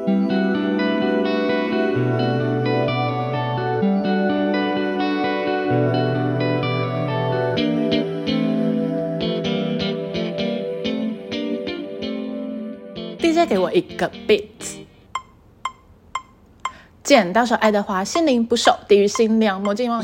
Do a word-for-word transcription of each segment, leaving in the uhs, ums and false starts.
D J 给我一个 beat， 剪刀手爱德华，心灵捕手，地狱新娘，魔镜王。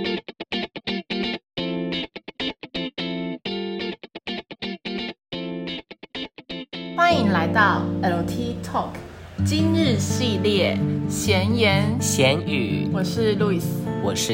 欢迎来到 L T Talk 今日系列闲言闲语， 我是路易斯， 我是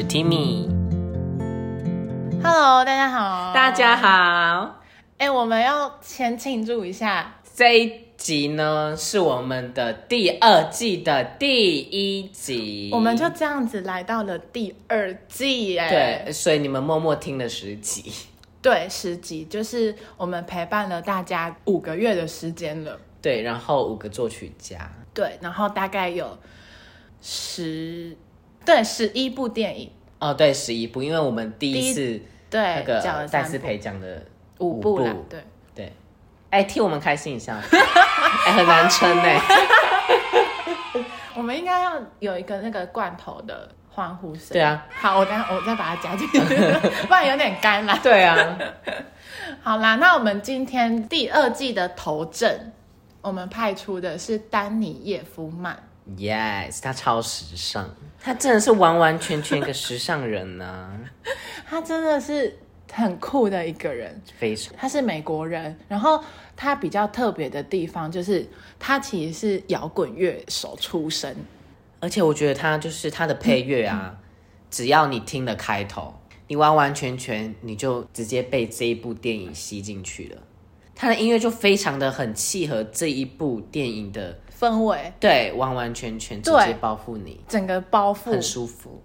Timmy。Hello， 大家好， 大家好。 哎，我们要先庆祝一下， 这一集呢是我们的第二季的第一集， 我们就这样子来到了第二季哎。 对，所以你们默默听了十集。 对，十集就是我们陪伴了大家五个月的时间了。 对，然后五个作曲家。 对，然后大概有十，对，十一部电影。 哦，对，十一部，因为我们第一次对那个讲了戴思培讲的五部啦，对对。哎，替我们开心一下，哎，很难撑哎。 我们应该要有一个那个罐头的欢呼声。 对啊， 好，我等下我再把它加进去，不然有点干啦。 对啊， 好啦，那我们今天第二季的头阵，我们派出的是丹尼叶夫曼。 Yes， 他超时尚，他真的是完完全全一个时尚人呢、啊。 他真的是很酷的一个人， 非常。 他是美国人，然后他比较特别的地方就是他其实是摇滚乐手出身， 而且我觉得他就是他的配乐啊，嗯、只要你听了开头，你完完全全你就直接被这一部电影吸进去了。他的音乐就非常的很契合这一部电影的氛围， 对，完完全全直接包覆你， 整个包覆很舒服。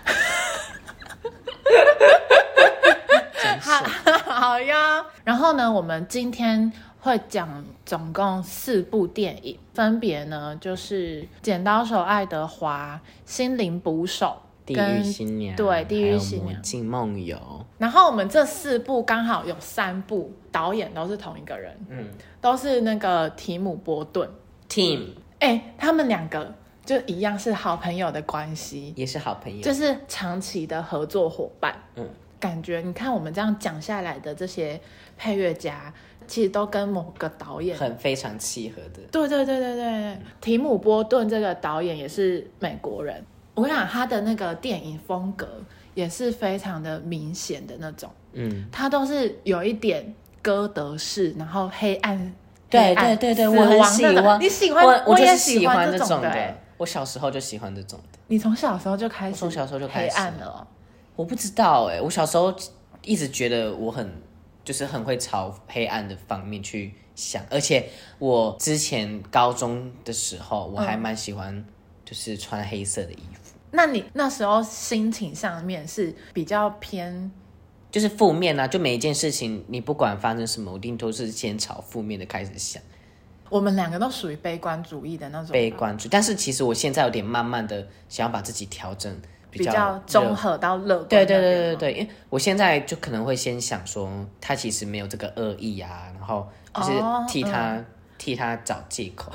好, 好呀，然后呢，我们今天会讲总共四部电影，分别呢就是《剪刀手爱德华》、《心灵捕手》、 地狱新娘， 对，《地狱新娘》、 《魔镜梦游》。 然后我们这四部刚好有三部导演都是同一个人，嗯，都是那个提姆·波顿 Tim， 哎，他们两个就一样是好朋友的关系， 也是好朋友， 就是长期的合作伙伴， 嗯。 感觉你看我们这样讲下来的这些配乐家，其实都跟某个导演很非常契合的。 对对对对对，嗯、提姆·波顿这个导演也是美国人。我跟你讲，他的那个电影风格也是非常的明显的那种，嗯，他都是有一点歌德式，然后黑暗， 对对对对，我很喜欢。 你喜欢， 我我也喜欢这种的。 欸、 我小时候就喜欢这种的。 你从小时候就开始， 从小时候就开始黑暗了、哦。 我不知道哎、欸，我小时候一直觉得我很就是很会朝黑暗的方面去想，而且我之前高中的时候我还蛮喜欢就是穿黑色的衣服。 嗯、那你那时候心情上面是比较偏就是负面啊，就每一件事情你不管发生什么，我一定都是先朝负面的开始想。 我们两个都属于悲观主义的那种， 悲观主义，但是其实我现在有点慢慢的想要把自己调整。 比较综合到乐观， 对对对对对，因为我现在就可能会先想说，他其实没有这个恶意啊，然后就是替他、哦嗯、替他找借口。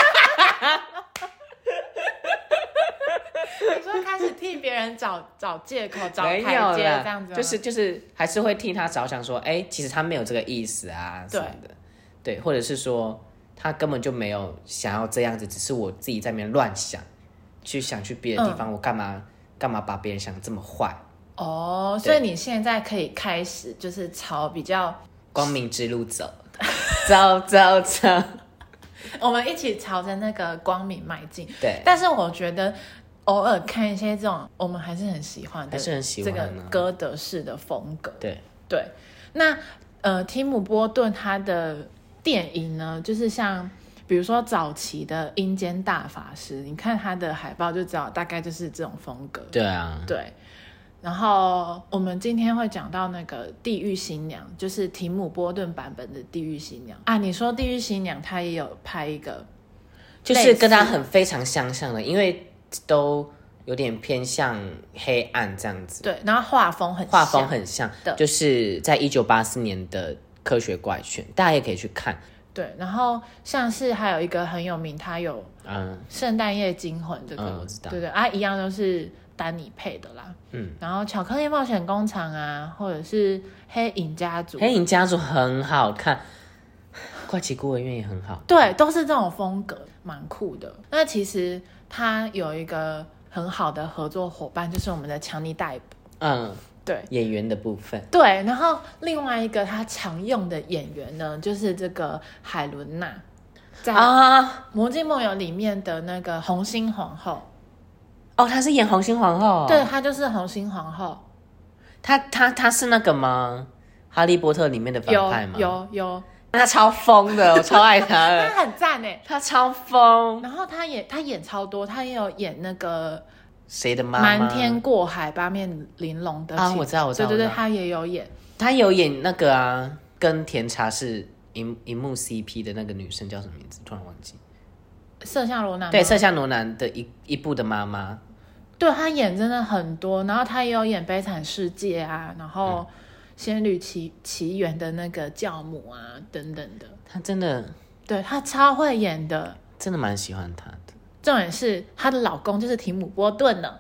你说开始替别人找找借口、找台阶这样子， 就是就是还是会替他着想，说，哎，其实他没有这个意思啊什么的，对，对，或者是说他根本就没有想要这样子，只是我自己在那边乱想，去想去别的地方，嗯、我干嘛？干嘛把别人想得这么坏？ 哦，所以你现在可以开始就是朝比较光明之路走，走走走， 我们一起朝着那个光明迈进。 对， 但是我觉得偶尔看一些这种，我们还是很喜欢的， 还是很喜欢这个歌德式的风格。 对对，那呃，提姆·波顿他的电影呢，就是像。比如说早期的阴间大法师，你看他的海报就知道大概就是这种风格。 对啊， 对。然后我们今天会讲到那个地狱新娘，就是提姆·波顿版本的地狱新娘啊。你说地狱新娘他也有拍一个， 就是跟他很非常相像的，因为都有点偏向黑暗这样子。 对，然后画风很像画风很像的，就是在一九八四年的科学怪圈，大家也可以去看。 对，然后像是还有一个很有名，他有《圣诞夜惊魂》这个， 嗯，我知道， 对对啊，一样都是丹尼配的啦。嗯，然后《巧克力冒险工厂》啊，或者是《黑影家族》， 黑影家族很好看，怪奇孤儿院也很好， 对，都是这种风格，蛮酷的。那其实他有一个很好的合作伙伴，就是我们的强尼戴普。嗯，对， 演员的部分。 对，然后另外一个他常用的演员呢，就是这个海伦娜，在《魔镜梦游》里面的那个红心皇后。 哦，她是演红心皇后。 对，她就是红心皇后。 她她她是那个吗？哈利波特里面的反派吗？ 有有有。 他超疯的，我超爱他的。 他很赞哎， 他超疯。 然后他也他演超多，他也有演那个谁的妈妈？ 瞒天过海八面玲珑的啊，我知道我知道。 对对对，他也有演。 他有演那个啊，跟甜茶是荧荧幕 C P 的那个女生叫什么名字？突然忘记。 麝香罗南。 对，麝香罗南的一一部的妈妈。 对，他演真的很多，然后他也有演《悲惨世界》啊，然后。嗯仙女奇奇缘的那个教母啊，等等的， 她真的， 对她超会演的， 真的蛮喜欢她的。 重点是她的老公就是提姆·波顿呢，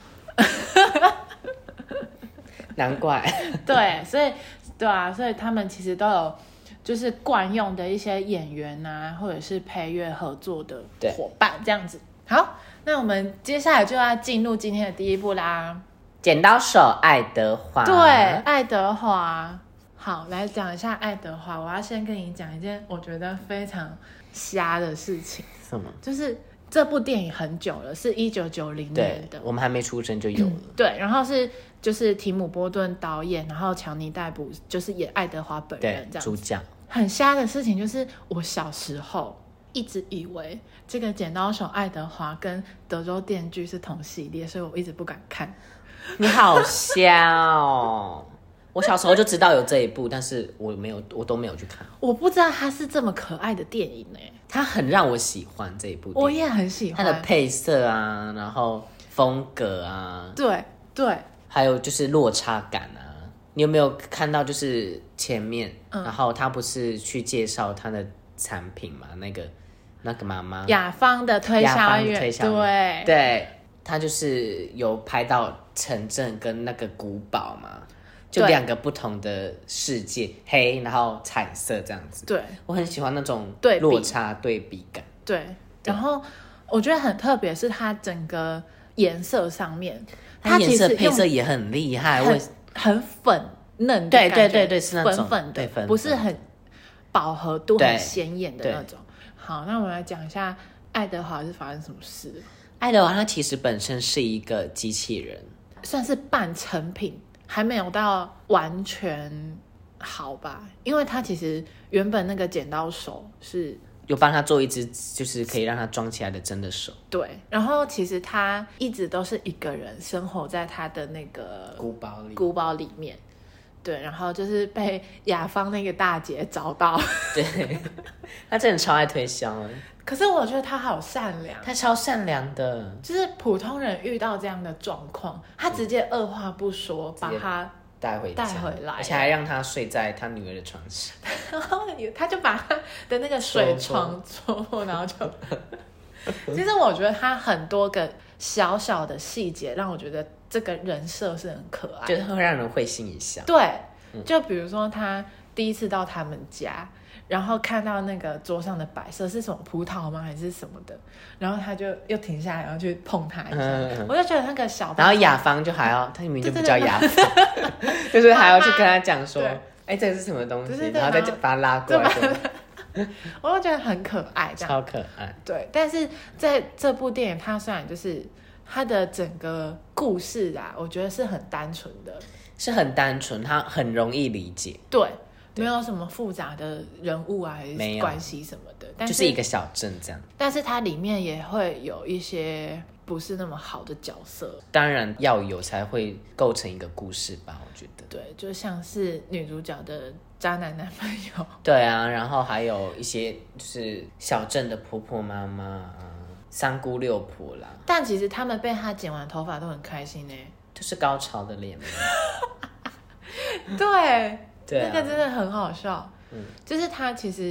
难怪。 对，所以对啊，所以他们其实都有就是惯用的一些演员啊，或者是配乐合作的伙伴这样子。好，那我们接下来就要进入今天的第一步啦。 剪刀手爱德华， 对，爱德华。好，来讲一下爱德华。我要先跟你讲一件我觉得非常瞎的事情。 什么？ 就是这部电影很久了，是一九九零年的， 我们还没出生就有了。嗯、 对，然后是就是提姆·波顿导演，然后强尼·戴普就是演爱德华本人这样。 主角。 很瞎的事情就是，我小时候一直以为这个剪刀手爱德华跟德州电锯是同系列，所以我一直不敢看。 你好瞎哦！我小时候就知道有这一部，但是我没有，我都没有去看。 我不知道它是这么可爱的电影呢、欸， 它很让我喜欢这一部电影。 我也很喜欢它的配色啊，然后风格啊， 对对， 还有就是落差感啊。你有没有看到就是前面，嗯、然后他不是去介绍他的产品嘛？那个那个妈妈雅芳的推销员， 推销员对对。他就是有拍到城镇跟那个古堡嘛，就两个不同的世界，黑然后彩色这样子。对，我很喜欢那种落差对比感。 对，然后我觉得很特别，是它整个颜色上面， 它颜色配色也很厉害， 很很粉嫩的对对对对，是那种粉粉的， 粉不是很饱和度很鲜艳的那种。好，那我们来讲一下爱德华是发生什么事。 爱德华他其实本身是一个机器人， 算是半成品，还没有到完全好吧，因为他其实原本那个剪刀手是有帮他做一只就是可以让他装起来的真的手。 对，然后其实他一直都是一个人生活在他的那个古堡里古堡里面。对，然后就是被雅芳那个大姐找到。 对，他真的超爱推销。 可是我觉得他好善良， 他超善良的。 就是普通人遇到这样的状况，他直接二话不说把他带回带回来， 而且还让他睡在他女儿的床上。 然后他就把他的那个水床戳破，然后就。其实我觉得他很多个小小的细节，让我觉得这个人设是很可爱， 就是会让人会心一笑。 对，就比如说他第一次到他们家。然后看到那个桌上的摆设是什么葡萄吗还是什么的，然后他就又停下来然后去碰它一下、嗯、我就觉得那个小然后雅芳就还要他明明就不叫雅芳就是还要去跟他讲说哎这个是什么东西，对对对，然后再把他拉过来我就觉得很可爱， 超可爱。 对，但是在这部电影它虽然就是它的整个故事啊我觉得是很单纯的， 是很单纯，它很容易理解。 对，没有什么复杂的人物啊，还是关系什么的，但是就是一个小镇这样。 但是它里面也会有一些不是那么好的角色， 当然要有才会构成一个故事吧，我觉得。 对，就像是女主角的渣男男朋友。 对啊，然后还有一些就是小镇的婆婆妈妈啊，三姑六婆啦。 但其实他们被他剪完头发都很开心耶， 就是高潮的脸。 对。 对、啊， 那个真的很好笑，嗯，就是他其实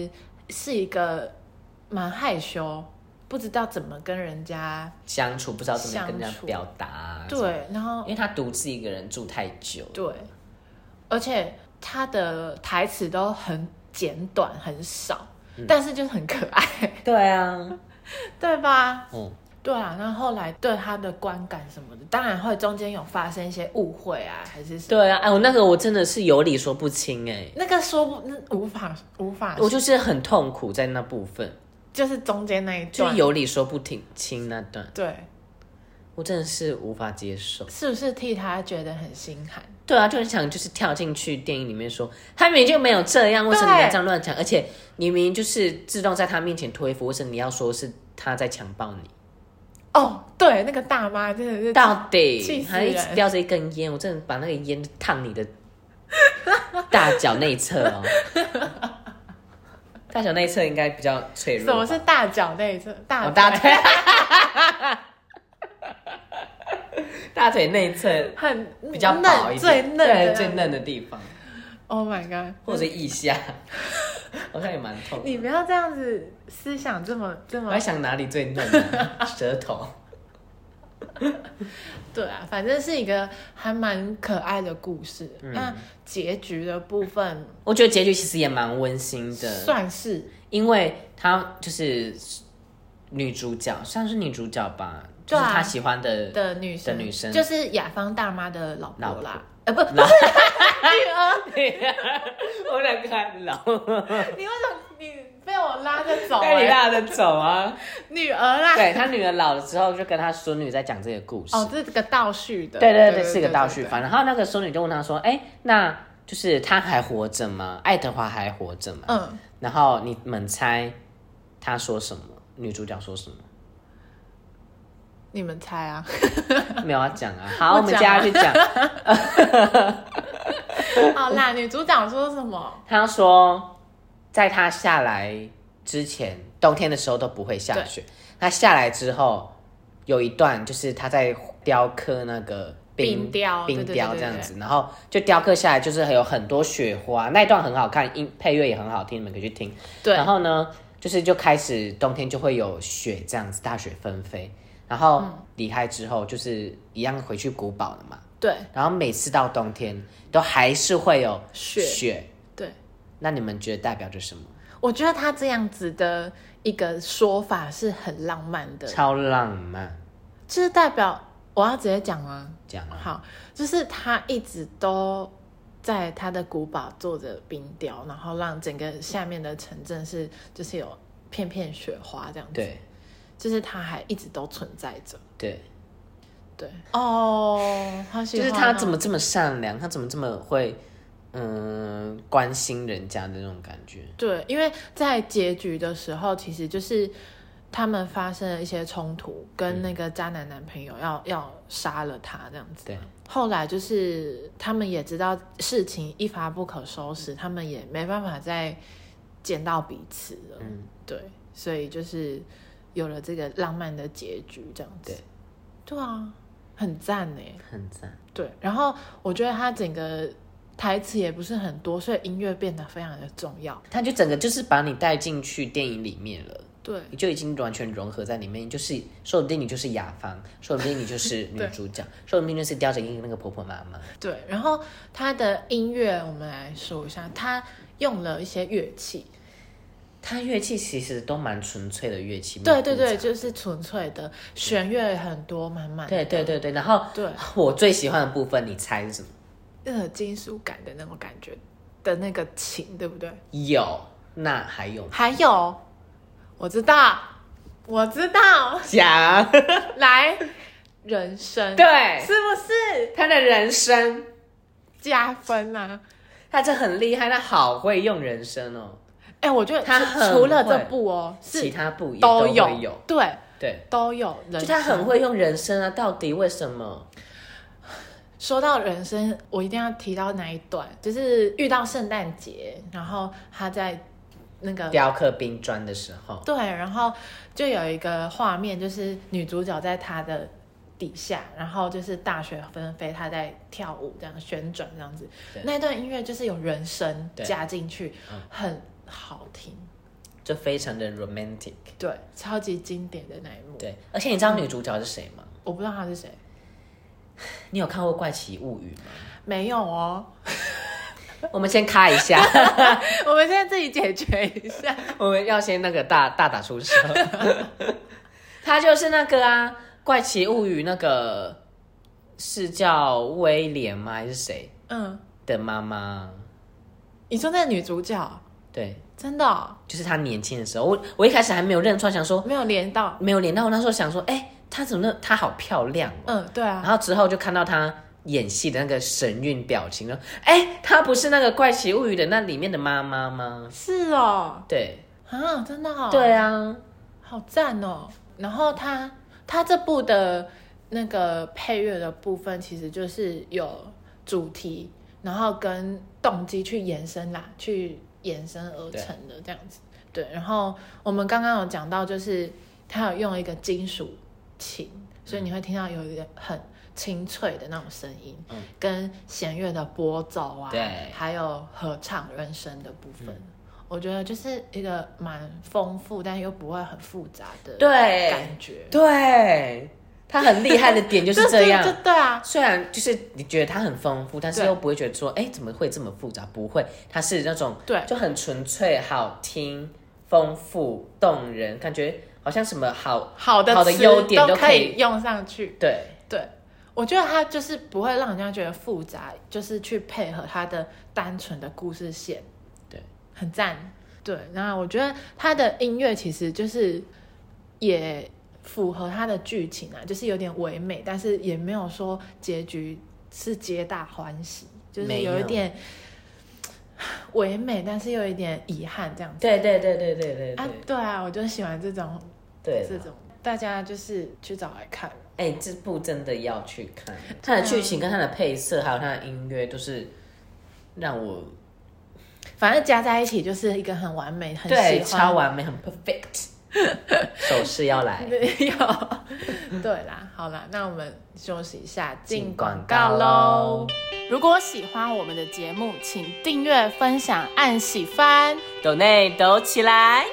是一个蛮害羞，不知道怎么跟人家相处，不知道怎么跟人家表达、啊。 对，然后因为他独自一个人住太久。 对，而且他的台词都很简短，很少，嗯、但是就是很可爱。 对啊， 对吧？ 嗯。 对啊，那后来对他的观感什么的，当然会中间有发生一些误会啊，还是什么？ 对啊，哎，我那个我真的是有理说不清哎、欸， 那个说不，那无法无法， 我就是很痛苦在那部分， 就是中间那一段， 就是有理说不清那段， 对， 我真的是无法接受， 是不是替他觉得很心寒？ 对啊，就很想就是跳进去电影里面说，他明明就没有这样，为什么你要这样乱讲？而且你明明就是自动在他面前推服，为什么你要说是他在强暴你？ 哦，对，那个大妈真的是到底气死还一直叼着一根烟，我真的把那个烟烫你的大脚内侧哦。大脚内侧应该比较脆弱。 什么是大脚内侧？大腿、哦、 大腿，大腿内侧很比较薄一点， 最嫩对最嫩的地方。 Oh my god！ 或者腋下，好像也蛮痛。 你不要这样子，思想这么这么。 我在想哪里最嫩、啊？舌头。 对啊，反正是一个还蛮可爱的故事。嗯、那结局的部分， 我觉得结局其实也蛮温馨的， 算是， 因为她就是女主角，算是女主角吧，就是她喜欢的的女生， 的女生就是雅芳大妈的老婆啦。呃，不，不是女儿，女儿，我两个很老。 你为什么你被我拉着走、 欸？被你拉着走啊！ 女儿啦， 对，他女儿老了之后，就跟他孙女在讲这个故事。 哦，这是个倒叙的。 对对 对, 对，是个倒叙。反正然后那个孙女就问他说：“哎、欸，那就是他还活着吗？爱德华还活着吗？”嗯。然后你们猜他说什么？女主角说什么？ 你们猜啊？ 没有要讲啊。好，我, 我们接下去讲。 好啦，女主角说什么？ 她说，在她下来之前，冬天的时候都不会下雪。她下来之后，有一段就是她在雕刻那个冰, 冰雕， 冰雕这样子，然后就雕刻下来，就是有很多雪花，那一段很好看，音配乐也很好听，你们可以去听。 对， 然后呢，就是就开始冬天就会有雪这样子，大雪纷飞。然后离开之后，就是一样回去古堡了嘛。 对。 然后每次到冬天，都还是会有雪。 雪对。 那你们觉得代表着什么？ 我觉得他这样子的一个说法是很浪漫的， 超浪漫。 就是代表我要直接讲吗？ 讲啊。 好，就是他一直都在他的古堡做着冰雕，然后让整个下面的城镇是就是有片片雪花这样子。对。就是他还一直都存在着， 对， 对，哦，好喜欢、哦， 就是他怎么这么善良，他怎么这么会，嗯，关心人家的那种感觉。 对，因为在结局的时候，其实就是他们发生了一些冲突，跟那个渣男男朋友要、嗯、要杀了他这样子。 对， 后来就是他们也知道事情一发不可收拾，他们也没办法再见到彼此了。嗯，对，所以就是。有了这个浪漫的结局，这样子，对，对啊，很赞耶， 很赞。 对，然后我觉得他整个台词也不是很多，所以音乐变得非常的重要。 他就整个就是把你带进去电影里面了， 对， 你就已经完全融合在里面。就是说不定你就是雅芳，说不定你就是女主角，说不定就是叼着那个婆婆妈妈。 对，然后他的音乐，我们来说一下，他用了一些乐器。 它乐器其实都蛮纯粹的乐器， 对对对，就是纯粹的弦乐很多，满满的。 对对对对，然后对我最喜欢的部分，你猜是什么？ 那个金属感的那种感觉的那个琴，对不对？ 有，那还有还有，我知道，我知道， 讲来人声， 对， 是不是？ 他的人声加分啊！ 他这很厉害，他好会用人声哦。 哎、欸，我觉得他除了这部哦， 其他部也都有， 有对对都有人声， 就他很会用人声啊，到底为什么？ 说到人声，我一定要提到那一段，就是遇到圣诞节，然后他在那个雕刻冰砖的时候， 对，然后就有一个画面，就是女主角在他的底下，然后就是大雪纷飞，他在跳舞，这样旋转这样子，那段音乐就是有人声加进去，很好听， 就非常的 romantic， 对，超级经典的那一幕。 对，而且你知道女主角是谁吗？ 嗯、我不知道她是谁。 你有看过《怪奇物语》吗？ 没有哦。 我们先卡一下， 我们现在自己解决一下。 我们要先那个大大打出手。他就是那个啊，《怪奇物语》那个是叫威廉吗？还是谁？嗯，的妈妈。 你说那女主角？ 对， 真的、哦， 就是她年轻的时候。我我一开始还没有认出来，想说没有连到， 没有连到。我那时候想说，哎、欸，她怎么那她好漂亮哦。 嗯，对啊。 然后之后就看到她演戏的那个神韵表情了，哎、欸，她不是那个《怪奇物语》的那里面的妈妈吗？ 是哦。 对啊，真的哦。 对啊， 好赞哦。然后他他这部的那个配乐的部分，其实就是有主题，然后跟动机去延伸啦，去延伸而成的这样子。对，然后我们刚刚有讲到，就是他有用一个金属琴，所以你会听到有一个很清脆的那种声音，嗯、跟弦乐的拨奏啊， 对， 还有合唱人声的部分。嗯，我觉得就是一个蛮丰富，但又不会很复杂的感觉。 对，对，他很厉害的点就是这样。 对, 对, 对啊， 虽然就是你觉得它很丰富，但是又不会觉得说，哎，怎么会这么复杂？不会，它是那种对，就很纯粹、好听、丰富、动人，感觉好像什么好好的好的优点都可以用上去。 对对，我觉得它就是不会让人家觉得复杂，就是去配合它的单纯的故事线。很赞，对，然后我觉得他的音乐其实就是也符合他的剧情啊，就是有点唯美，但是也没有说结局是皆大欢喜，就是有一点唯美，但是又有一点遗憾这样子。 对对对对对对啊，对啊，我就喜欢这种， 对这种大家就是去找来看。 哎、欸，这部真的要去看，它的剧情跟它的配色还有它的音乐都是让我。 反正加在一起就是一个很完美，很喜欢， 对，超完美，很 perfect。手势要来， 有，对啦，好啦，那我们休息一下，进广告喽。如果喜欢我们的节目，请订阅、分享、按喜欢， 抖内抖起来。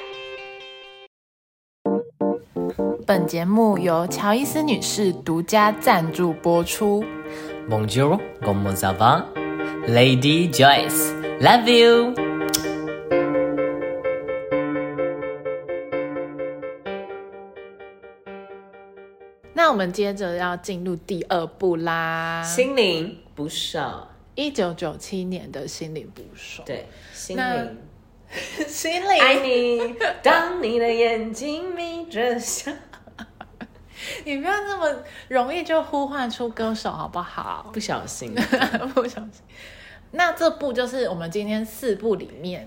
本节目由乔伊斯女士独家赞助播出。 Bonjour, comment ça va? Lady Joyce, love you. 那我们接着要进入第二部啦， 心灵捕手， 一九九七年的心灵捕手。 对，心灵， 心灵， 爱你，当你的眼睛眯着笑。 你不要这么容易就呼唤出歌手好不好？ 不小心， 不小心。那这部就是我们今天四部里面，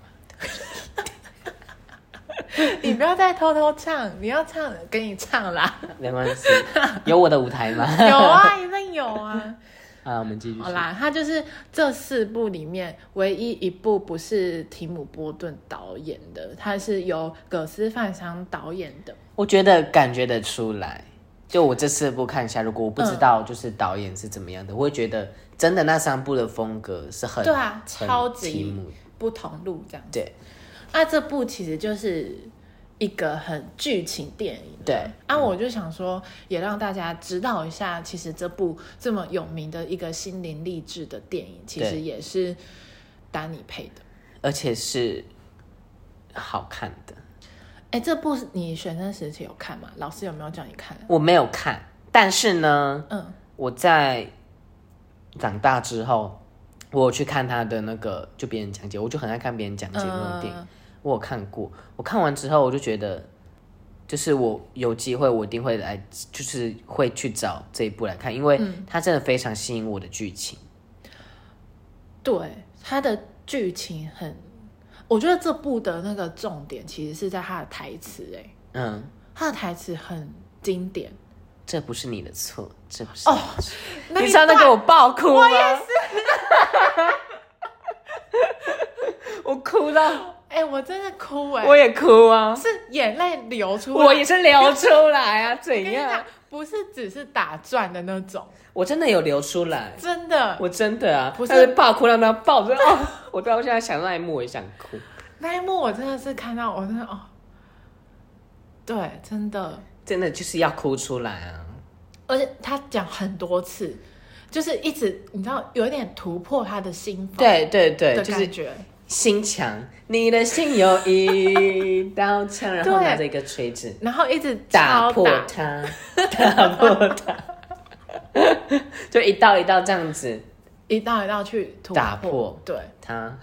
你不要再偷偷唱，你要唱给你唱啦， 没关系。有我的舞台吗？ 有啊，一定有啊。 好，我们继续。 好啦，它就是这四部里面唯一一部不是提姆·波顿导演的，它是由葛斯范商导演的。 我觉得感觉得出来，就我这四部看一下，如果我不知道就是导演是怎么样的，嗯、我会觉得真的那三部的风格是很对啊，超级不同路这样子。 对， 啊，这部其实就是一个很剧情电影。 对啊，嗯、我就想说，也让大家知道一下，其实这部这么有名的一个心灵励志的电影，其实也是丹尼配的， 而且是好看的。 哎，这部你学生时期有看吗？老师有没有叫你看？ 我没有看，但是呢， 嗯， 我在长大之后，我有去看他的那个，就别人讲解，我就很爱看别人讲解那种电影。嗯、我有看过，我看完之后，我就觉得，就是我有机会，我一定会来，就是会去找这一部来看，因为它真的非常吸引我的剧情。 嗯、对，它的剧情很。我觉得这部的那个重点其实是在他的台词，哎，嗯，他的台词很经典。 这不是你的错，这不是你的错。 哦， 你知道那个我爆哭吗？ 我也是， 我哭到， 哎、欸，我真的哭哎， 我也哭啊， 是眼泪流出来， 我也是流出来啊，怎样？ 不是只是打转的那种。 我真的有流出来， 真的， 我真的啊， 不是但是爆哭让他抱着哦，我到现在想到那一幕，我也想哭。 那一幕我真的是看到，我真的哦，对，真的真的就是要哭出来啊！ 而且他讲很多次，就是一直你知道有一点突破他的心房， 对对对， 的就是感觉。 心墙，你的心有一道墙，然后拿着一个锤子， 然后一直打破它，打破它，就一道一道这样子， 一道一道去突破打破， 对它。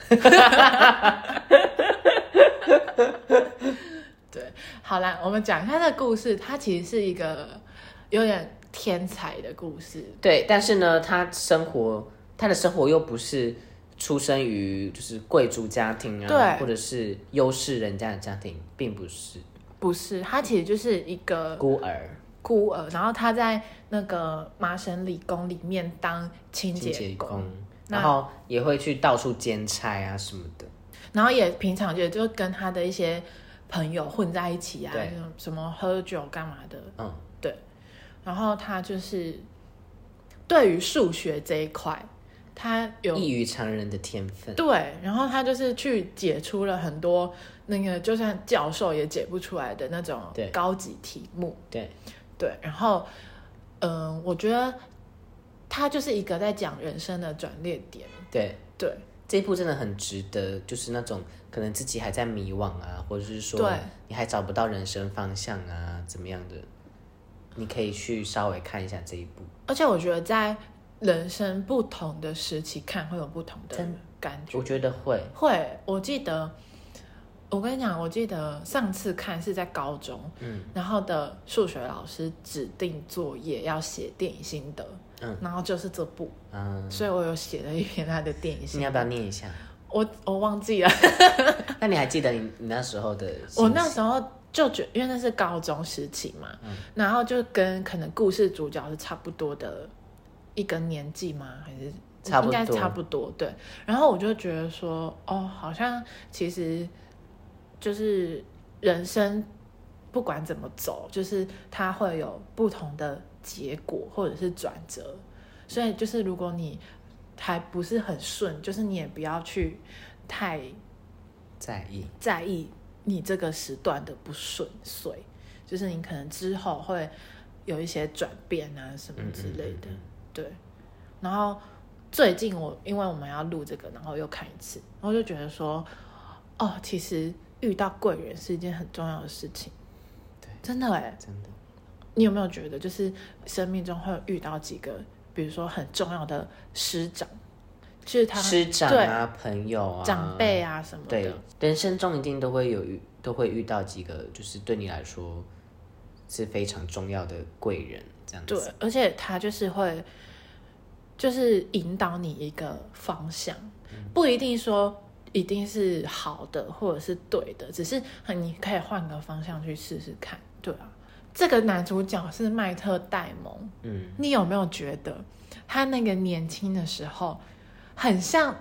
对，好啦，我们讲一下这个故事，它其实是一个有点天才的故事。 对，但是呢，他生活，他的生活又不是出生于就是贵族家庭啊， 对， 或者是优势人家的家庭，并不是， 不是，他其实就是一个孤儿， 孤儿，然后他在那个麻省理工里面当清洁工， 清洁工，然后也会去到处兼差啊什么的， 然后也平常也就跟他的一些朋友混在一起啊，什么喝酒干嘛的，嗯，对。然后他就是对于数学这一块，他有异于常人的天分。 对，然后他就是去解出了很多那个就算教授也解不出来的那种高级题目。 对对，然后嗯、呃，我觉得他就是一个在讲人生的转捩点。 对对。 这一部真的很值得，就是那种可能自己还在迷惘啊，或者是说你还找不到人生方向啊，怎么样的，你可以去稍微看一下这一部。 而且我觉得在人生不同的时期看会有不同的感觉。 我觉得会会，我记得，我跟你讲，我记得上次看是在高中，嗯，然后的数学老师指定作业要写电影心得。嗯，然后就是这部，嗯，所以我有写了一篇他的电影心得。 你要不要念一下？ 我我忘记了。 那你还记得你你那时候的？ 我那时候就觉得，因为那是高中时期嘛，嗯，然后就跟可能故事主角是差不多的一个年纪吗？还是差不多？ 应该差不多，对。然后我就觉得说，哦，好像其实就是人生不管怎么走，就是它会有不同的结果或者是转折，所以就是如果你还不是很顺，就是你也不要去太在意在意你这个时段的不顺遂，就是你可能之后会有一些转变啊什么之类的。嗯嗯嗯嗯对。然后最近我因为我们要录这个，然后又看一次，然后就觉得说，哦，其实遇到贵人是一件很重要的事情。 对， 真的哎， 真的。 你有没有觉得，就是生命中会遇到几个，比如说很重要的师长，就是他师长啊、朋友啊、 长辈啊什么的， 对，人生中一定都会有都会遇到几个，就是对你来说是非常重要的贵人，这样子。 对，而且他就是会，就是引导你一个方向，嗯、不一定说一定是好的或者是对的，只是你可以换个方向去试试看，对啊。这个男主角是迈特·戴蒙，嗯，你有没有觉得他那个年轻的时候很像，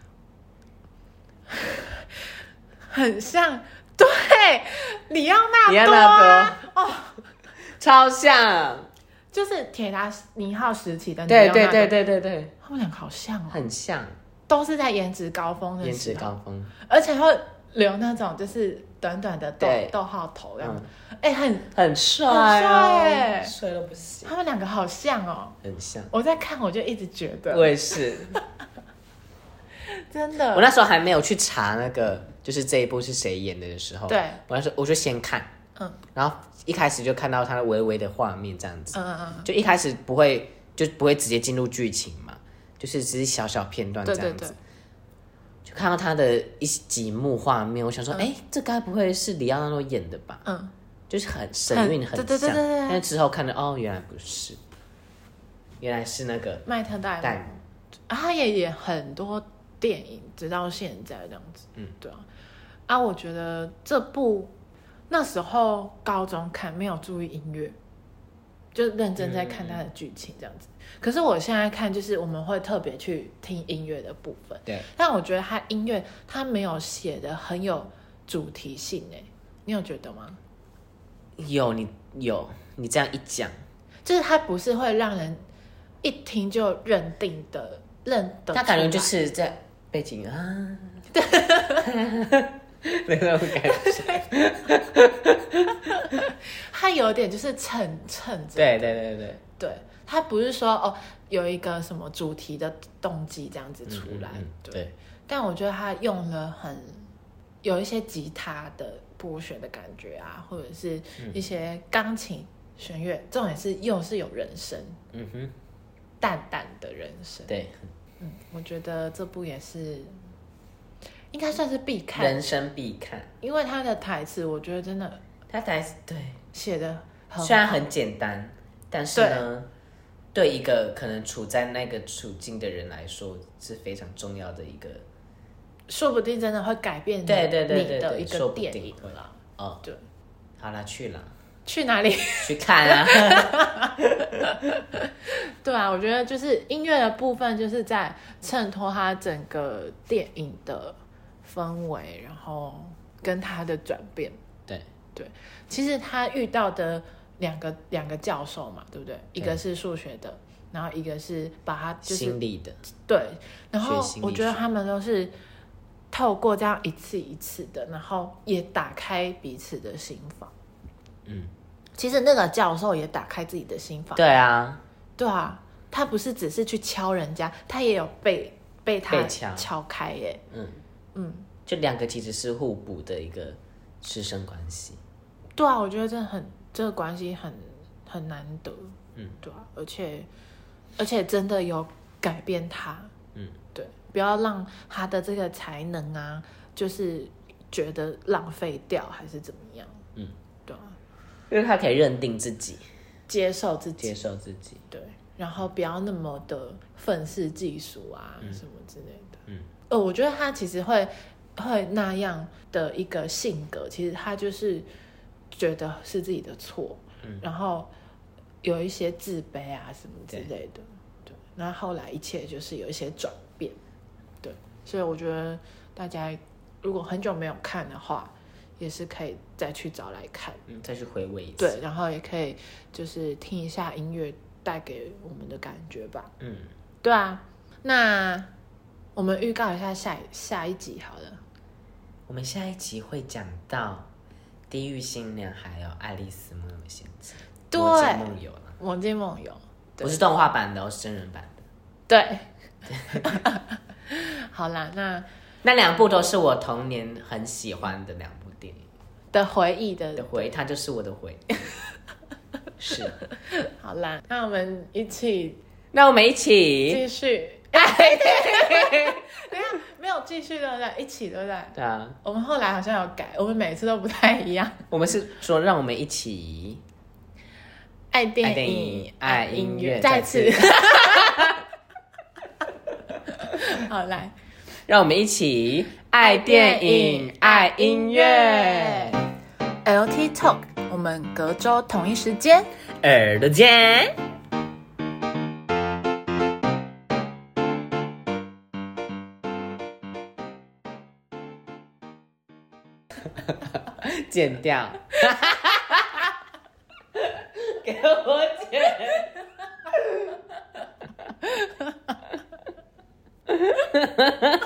很像对里奥纳多、啊，里奥纳多哦， 超像， 就是铁达尼号时期的里奥纳多，对对对对对对， 他们两个好像哦， 很像， 都是在颜值高峰的时候， 颜值高峰， 而且会留那种就是短短的逗逗号头这样子，哎、嗯欸，很很帅、哦， 很帅， 帅到不行。 他们两个好像哦， 很像。 我在看，我就一直觉得， 我也是， 真的。 我那时候还没有去查那个，就是这一部是谁演的的时候， 对， 我那时候我就先看，嗯，然后一开始就看到他的微微的画面这样子，嗯嗯嗯，就一开始不会就不会直接进入剧情嘛，就是只是小小片段这样子。对对对，看到他的一几幕画面，我想说，哎、嗯欸，这该不会是里奥纳多演的吧？嗯，就是很神韵，很像。对对对对对。但是之后看到，哦，原来不是，原来是那个迈特戴蒙，啊，他也演很多电影，直到现在这样子。嗯，对啊。啊，我觉得这部那时候高中看没有注意音乐，就认真在看他的剧情这样子。嗯，可是我现在看，就是我们会特别去听音乐的部分。对，但我觉得他音乐他没有写的很有主题性诶，你有觉得吗？ 有，你有，你这样一讲， 就是他不是会让人一听就认定的认得， 他感觉就是在背景啊， 那种感觉。 他有点就是蹭蹭着， 对对对对对，他不是说哦有一个什么主题的动机这样子出来， 嗯嗯嗯对, 对。 但我觉得他用了很有一些吉他的拨弦的感觉啊，或者是一些钢琴弦乐，这种也是又是有人声， 嗯哼， 淡淡的人声， 对， 嗯，我觉得这部也是应该算是必看， 人生必看， 因为他的台词我觉得真的， 他台词对写的虽然很简单，但是呢，对一个可能处在那个处境的人来说是非常重要的一个。 说不定真的会改变你对对对对对的一个电影啦。 哦， 对， 好啦，去啦， 去哪里？ 去看啊！ 对啊，我觉得就是音乐的部分，就是在衬托它整个电影的氛围，然后跟它的转变。 对对，其实他遇到的两个两个教授嘛，对不对？一个是数学的，然后一个是把他就是心理的， 对，然后我觉得他们都是。透过这样一次一次的，然后也打开彼此的心房。嗯，其实那个教授也打开自己的心房。 对啊， 对啊，他不是只是去敲人家，他也有被被他敲开耶。 嗯嗯，就两个其实是互补的一个师生关系。 对啊，我觉得真的很这个关系很很难得。嗯，对啊，而且而且真的有改变他。嗯，对。不要让他的这个才能啊，就是觉得浪费掉还是怎么样？嗯，对啊， 因为他可以认定自己， 接受自己， 接受自己， 对，然后不要那么的愤世嫉俗啊、嗯、什么之类的。嗯，呃，我觉得他其实会会那样的一个性格，其实他就是觉得是自己的错，嗯，然后有一些自卑啊什么之类的，对，然后后来一切就是有一些转变。对，所以我觉得大家如果很久没有看的话，也是可以再去找来看， 嗯，再去回味一次。 对，然后也可以就是听一下音乐带给我们的感觉吧。嗯，对啊。那我们预告一下下下一集好了。 我们下一集会讲到《地狱新娘》还有《爱丽丝梦游仙境》。 对， 魔界梦游了。 魔界梦游不是动画版的，是真人版的。 对。好啦，那那两部都是我童年很喜欢的两部电影的回忆的的回忆，它就是我的回忆。是， 好啦，那我们一起， 那我们一起继续。哎，对，没有继续对不对？一起对不对？ 对啊。 我们后来好像有改，我们每次都不太一样。 我们是说让我们一起爱电影、 爱音乐， 再次。好，来， 让我们一起爱电影、爱音乐。 L T Talk， 我们隔周同一时间耳朵见。剪掉。给我剪。